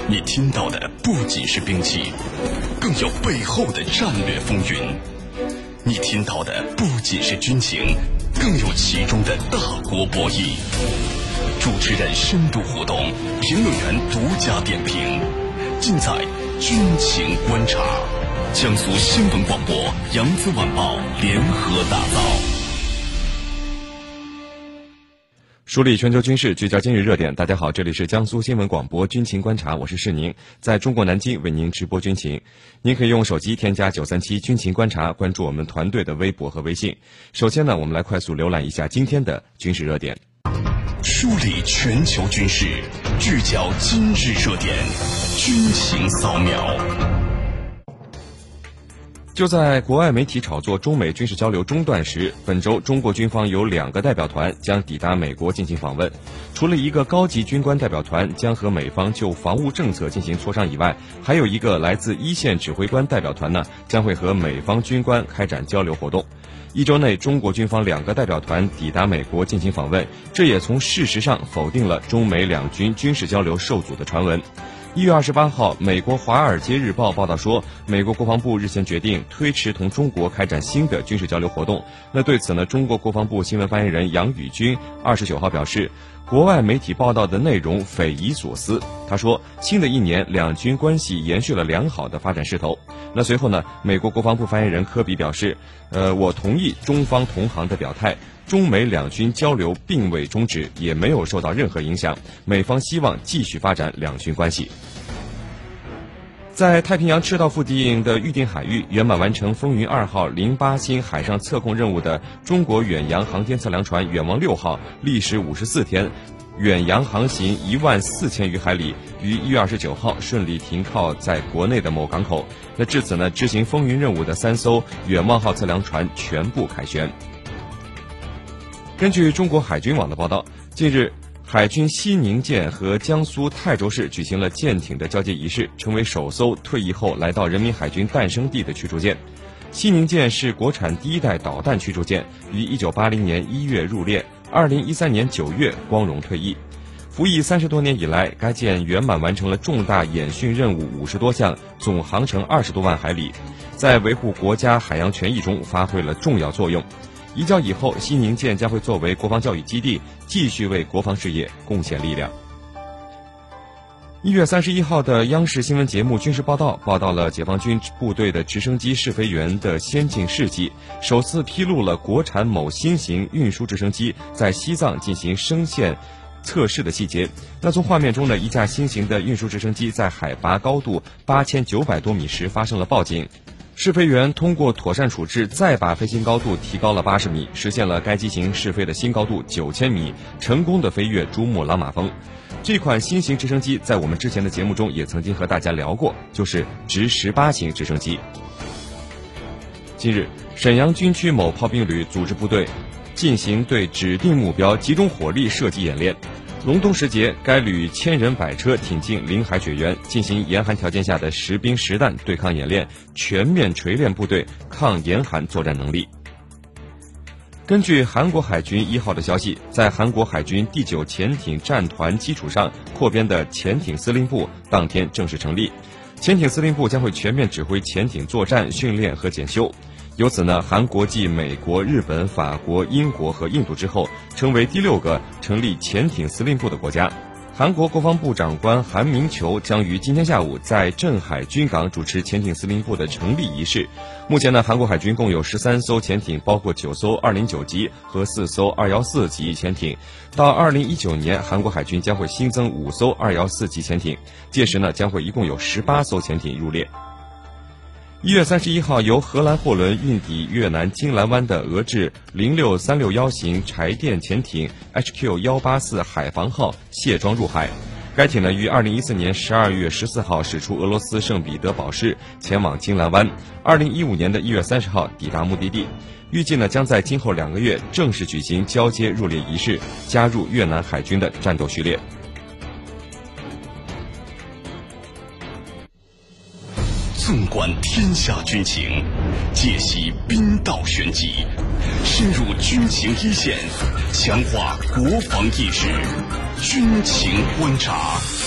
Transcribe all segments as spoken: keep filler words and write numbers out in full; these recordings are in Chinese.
你听到的不仅是兵器，更有背后的战略风云；你听到的不仅是军情，更有其中的大国博弈。主持人深度互动，评论员独家点评，尽在军情观察。江苏新闻广播、扬子晚报联合打造。 梳理全球军事，聚焦今日热点。大家好，这里是江苏新闻广播军情观察，我是世宁，在中国南京为您直播军情。您可以用手机添加九三七军情观察，关注我们团队的微博和微信。首先呢，我们来快速浏览一下今天的军事热点。 梳理全球军事，聚焦今日热点，军情扫描。 就在国外媒体炒作中美军事交流中断时，本周中国军方有两个代表团将抵达美国进行访问。除了一个高级军官代表团将和美方就防务政策进行磋商以外，还有一个来自一线指挥官代表团呢，将会和美方军官开展交流活动。一周内，中国军方两个代表团抵达美国进行访问，这也从事实上否定了中美两军军事交流受阻的传闻。一月二十八号，美国《华尔街日报》报道说，美国国防部日前决定推迟同中国开展新的军事交流活动。那对此呢，中国国防部新闻发言人杨宇军二十九号表示，国外媒体报道的内容匪夷所思。他说，新的一年两军关系延续了良好的发展势头。那随后呢，美国国防部发言人科比表示，呃，我同意中方同行的表态。中美两军交流并未终止，也没有受到任何影响。美方希望继续发展两军关系。在太平洋赤道附近的预定海域圆满完成风云二号零八星海上测控任务的中国远洋航天测量船远望六号，历时五十四天，远洋航行一万四千余海里，于一月二十九号顺利停靠在国内的某港口。那至此呢，执行风云任务的三艘远望号测量船全部凯旋。根据中国海军网的报道，近日海军西宁舰和江苏泰州市举行了舰艇的交接仪式，成为首艘退役后来到人民海军诞生地的驱逐舰。西宁舰是国产第一代导弹驱逐舰，于一九八零年一月入列，二零一三年九月光荣退役。服役三十多年以来，该舰圆满完成了重大演训任务五十多项，总航程二十多万海里，在维护国家海洋权益中发挥了重要作用。移交以后，西宁舰将会作为国防教育基地，继续为国防事业贡献力量。一月三十一号的央视新闻节目《军事报道》报道了解放军部队的直升机试飞员的先进事迹，首次披露了国产某新型运输直升机在西藏进行升线测试的细节。那从画面中呢，一架新型的运输直升机在海拔高度八千九百多米时发生了报警。试飞员通过妥善处置，再把飞行高度提高了八十米，实现了该机型试飞的新高度九千米，成功的飞越珠穆朗玛峰。这款新型直升机在我们之前的节目中也曾经和大家聊过，就是直十八型直升机。近日，沈阳军区某炮兵旅组织部队进行对指定目标集中火力射击演练。隆冬时节，该旅千人百车挺进临海雪原，进行严寒条件下的实兵实弹对抗演练，全面锤炼部队抗严寒作战能力。根据韩国海军一号的消息，在韩国海军第九潜艇战团基础上扩编的潜艇司令部当天正式成立。潜艇司令部将会全面指挥潜艇作战、训练和检修。由此呢，韩国继美国、日本、法国、英国和印度之后，成为第六个成立潜艇司令部的国家。韩国国防部长官韩明求将于今天下午在镇海军港主持潜艇司令部的成立仪式。目前呢，韩国海军共有十三艘潜艇，包括九艘二零九级和四艘二一四级潜艇。到二零一九年，韩国海军将会新增五艘二一四级潜艇，届时呢，将会一共有十八艘潜艇入列。一月三十一号，由荷兰货轮运抵越南金兰湾的俄制零六三六一型柴电潜艇 H Q 一八四海防号卸装入海。该艇呢，于二零一四年十二月十四号驶出俄罗斯圣彼得堡市，前往金兰湾。二零一五年的一月三十号抵达目的地，预计呢将在今后两个月正式举行交接入列仪式，加入越南海军的战斗序列。 纵观天下军情，解析兵道玄机，深入军情一线，强化国防意识，军情观察。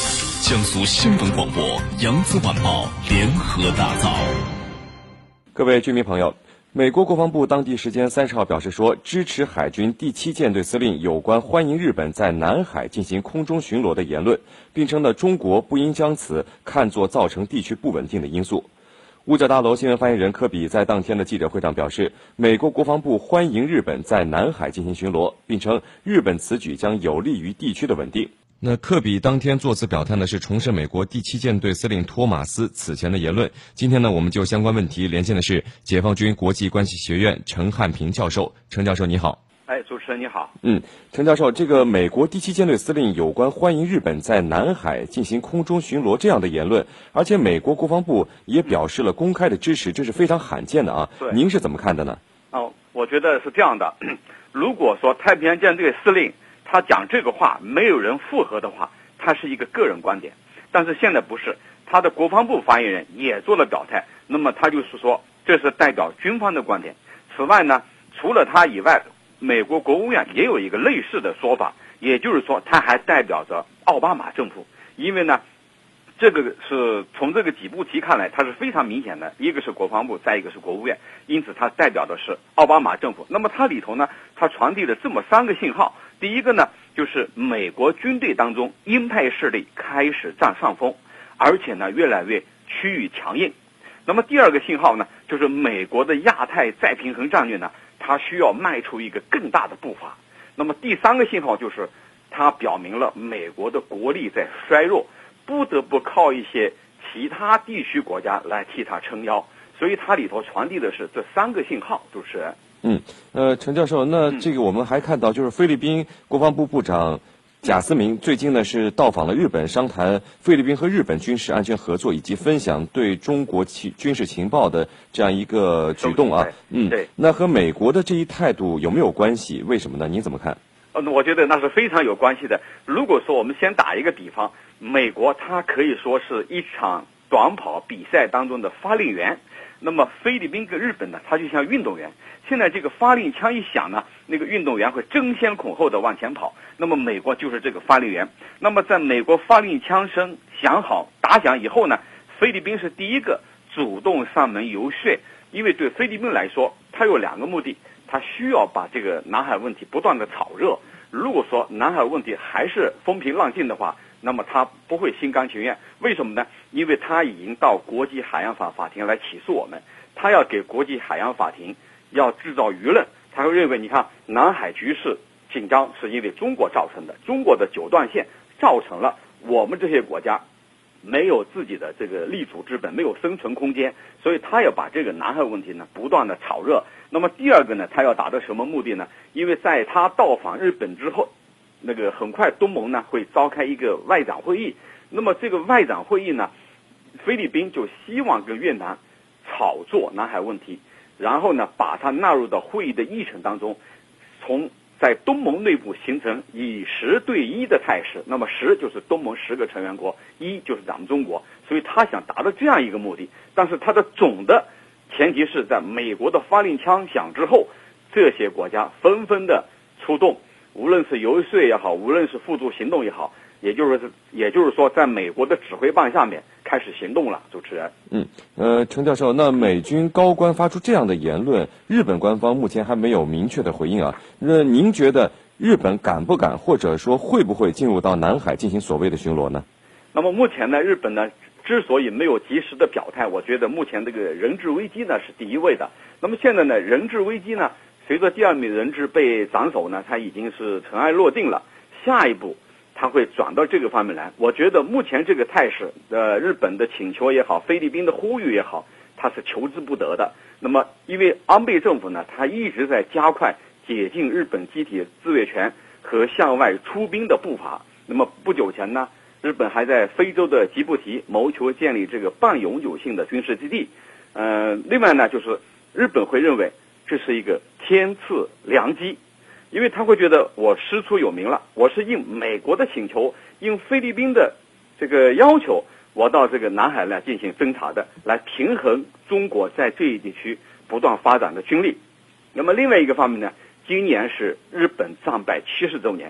江苏新闻广播、扬子晚报联合打造。 各位居民朋友，美国国防部当地时间三十号表示说，支持海军第七舰队司令有关欢迎日本在南海进行空中巡逻的言论，并称呢，中国不应将此看作造成地区不稳定的因素。五角大楼新闻发言人科比在当天的记者会上表示，美国国防部欢迎日本在南海进行巡逻，并称日本此举将有利于地区的稳定。那科比当天作词表态呢，是重申美国第七舰队司令托马斯此前的言论。今天呢，我们就相关问题连线的是解放军国际关系学院陈汉平教授。陈教授你好。 哎，主持人你好。 嗯，陈教授，这个美国第七舰队司令有关欢迎日本在南海进行空中巡逻这样的言论，而且美国国防部也表示了公开的支持，这是非常罕见的啊。 对， 您是怎么看的呢？ 哦，我觉得是这样的，如果说太平洋舰队司令他讲这个话没有人附和的话，他是一个个人观点。但是现在不是，他的国防部发言人也做了表态，那么他就是说这是代表军方的观点。此外呢，除了他以外，美国国务院也有一个类似的说法，也就是说他还代表着奥巴马政府。因为呢，这个是从这个几步题看来，它是非常明显的，一个是国防部，再一个是国务院，因此它代表的是奥巴马政府。那么它里头呢，它传递了这么三个信号。第一个呢，就是美国军队当中鹰派势力开始占上风，而且呢越来越趋于强硬。那么第二个信号呢，就是美国的亚太再平衡战略呢，它需要迈出一个更大的步伐。那么第三个信号就是它表明了美国的国力在衰弱，不得不靠一些其他地区国家来替它撑腰。所以它里头传递的是这三个信号。主持人， 嗯，呃，陈教授，那这个我们还看到，就是菲律宾国防部部长贾思明最近呢是到访了日本，商谈菲律宾和日本军事安全合作以及分享对中国情军事情报的这样一个举动啊。嗯， 对。 那和美国的这一态度有没有关系？为什么呢？您怎么看？ 呃，我觉得那是非常有关系的。如果说我们先打一个比方，美国它可以说是一场短跑比赛当中的发令员，那么菲律宾跟日本呢，它就像运动员。现在这个发令枪一响呢，那个运动员会争先恐后的往前跑。那么美国就是这个发令员。那么在美国发令枪声响好打响以后呢，菲律宾是第一个主动上门游说，因为对菲律宾来说，它有两个目的，它需要把这个南海问题不断的炒热。如果说南海问题还是风平浪静的话，那么他不会心甘情愿。为什么呢？因为他已经到国际海洋法法庭来起诉我们，他要给国际海洋法庭要制造舆论，他会认为，你看南海局势紧张是因为中国造成的，中国的九段线造成了我们这些国家没有自己的这个立足之本，没有生存空间，所以他要把这个南海问题呢不断的炒热。那么第二个呢，他要达到什么目的呢？因为在他到访日本之后，那个很快东盟呢会召开一个外长会议，那么这个外长会议呢，菲律宾就希望跟越南炒作南海问题，然后呢把它纳入到会议的议程当中，从在东盟内部形成以十对一的态势。那么十就是东盟十个成员国，一就是咱们中国，所以他想达到这样一个目的。但是他的总的前提是在美国的发令枪响之后，这些国家纷纷的出动，无论是游说也好，无论是付诸行动也好，也就是也就是说，在美国的指挥棒下面开始行动了。主持人， 嗯，呃，陈教授，那美军高官发出这样的言论，日本官方目前还没有明确的回应啊。那您觉得日本敢不敢，或者说会不会进入到南海进行所谓的巡逻呢？ 那么目前呢，日本呢之所以没有及时的表态，我觉得目前这个人质危机呢是第一位的。那么现在呢，人质危机呢，随着第二名人质被斩首呢，它已经是尘埃落定了。下一步它会转到这个方面来。我觉得目前这个态势，呃，日本的请求也好，菲律宾的呼吁也好，它是求之不得的。那么因为安倍政府呢，它一直在加快解禁日本机体自卫权和向外出兵的步伐。那么不久前呢，日本还在非洲的吉布提谋求建立这个半永久性的军事基地。呃，另外呢，就是日本会认为这是一个天赐良机，因为他会觉得我师出有名了，我是应美国的请求，应菲律宾的这个要求，我到这个南海来进行侦察的，来平衡中国在这一地区不断发展的军力。那么另外一个方面呢，今年是日本战败七十周年。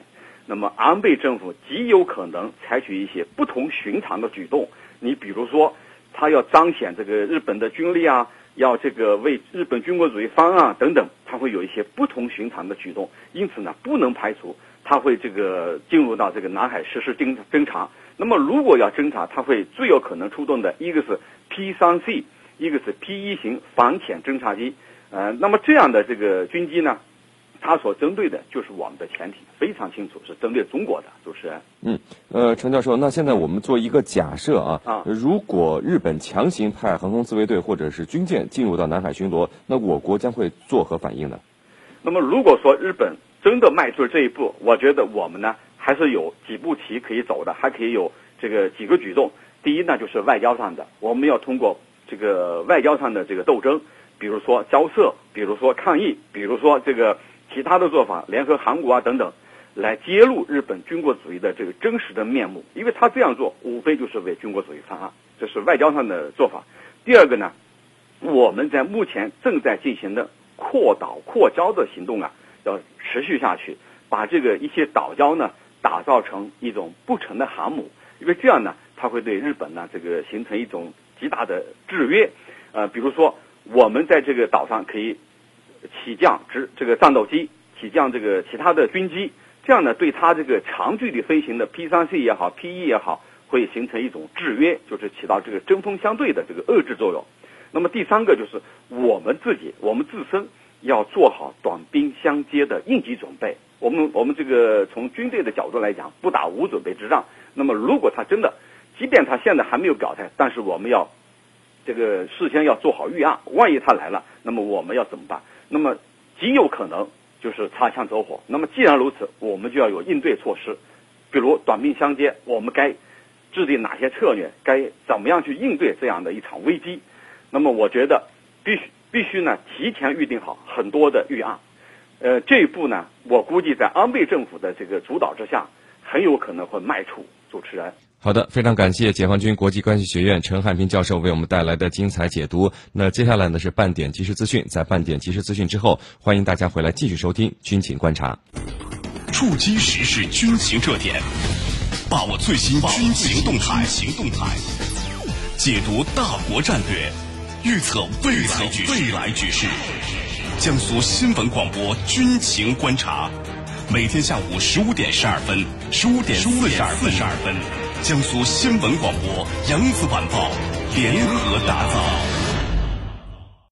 那么安倍政府极有可能采取一些不同寻常的举动。你比如说，他要彰显这个日本的军力啊，要这个为日本军国主义方案等等，他会有一些不同寻常的举动。因此呢，不能排除他会这个进入到这个南海实施侦侦察。那么如果要侦察，他会最有可能出动的一个是 P 三 C， 一个是 P 一 型反潜侦察机。呃，那么这样的这个军机呢，它所针对的就是我们的潜艇，非常清楚是针对中国的。主持人， 嗯，呃，陈教授，那现在我们做一个假设啊， 啊， 如果日本强行派航空自卫队或者是军舰进入到南海巡逻，那我国将会作何反应呢？ 那么如果说日本真的迈出了这一步，我觉得我们呢还是有几步棋可以走的，还可以有这个几个举动。第一呢，就是外交上的，我们要通过这个外交上的这个斗争，比如说交涉，比如说抗议，比如说这个其他的做法，联合韩国啊等等，来揭露日本军国主义的这个真实的面目。因为他这样做，无非就是为军国主义翻案，这是外交上的做法。第二个呢，我们在目前正在进行的扩岛扩礁的行动啊，要持续下去，把这个一些岛礁呢打造成一种不成的航母，因为这样呢，它会对日本呢这个形成一种极大的制约。呃，比如说我们在这个岛上可以起降直这个战斗机，起降这个其他的军机，这样呢对它这个长距离飞行的 P 三 C 也好 P 一 也好，会形成一种制约，就是起到这个针锋相对的这个遏制作用。那么第三个就是我们自己，我们自身要做好短兵相接的应急准备。我们我们这个从军队的角度来讲，不打无准备之仗。那么如果他真的，即便他现在还没有表态，但是我们要这个事先要做好预案，万一他来了，那么我们要怎么办？那么极有可能就是擦枪走火。那么既然如此，我们就要有应对措施，比如短兵相接，我们该制定哪些策略，该怎么样去应对这样的一场危机。那么我觉得必须必须呢提前预定好很多的预案。呃，这一步呢，我估计在安倍政府的这个主导之下，很有可能会迈出。主持人， 好的，非常感谢解放军国际关系学院陈汉平教授为我们带来的精彩解读。那接下来呢是半点即时资讯，在半点即时资讯之后，欢迎大家回来继续收听军情观察， 触击时事军情热点，把握最新军情动态，行动态，解读大国战略，预测未来局势，未来局势。江苏新闻广播军情观察，每天下午十五点十二分，十五点四十二分，十二分，江苏新闻广播扬子晚报联合打造。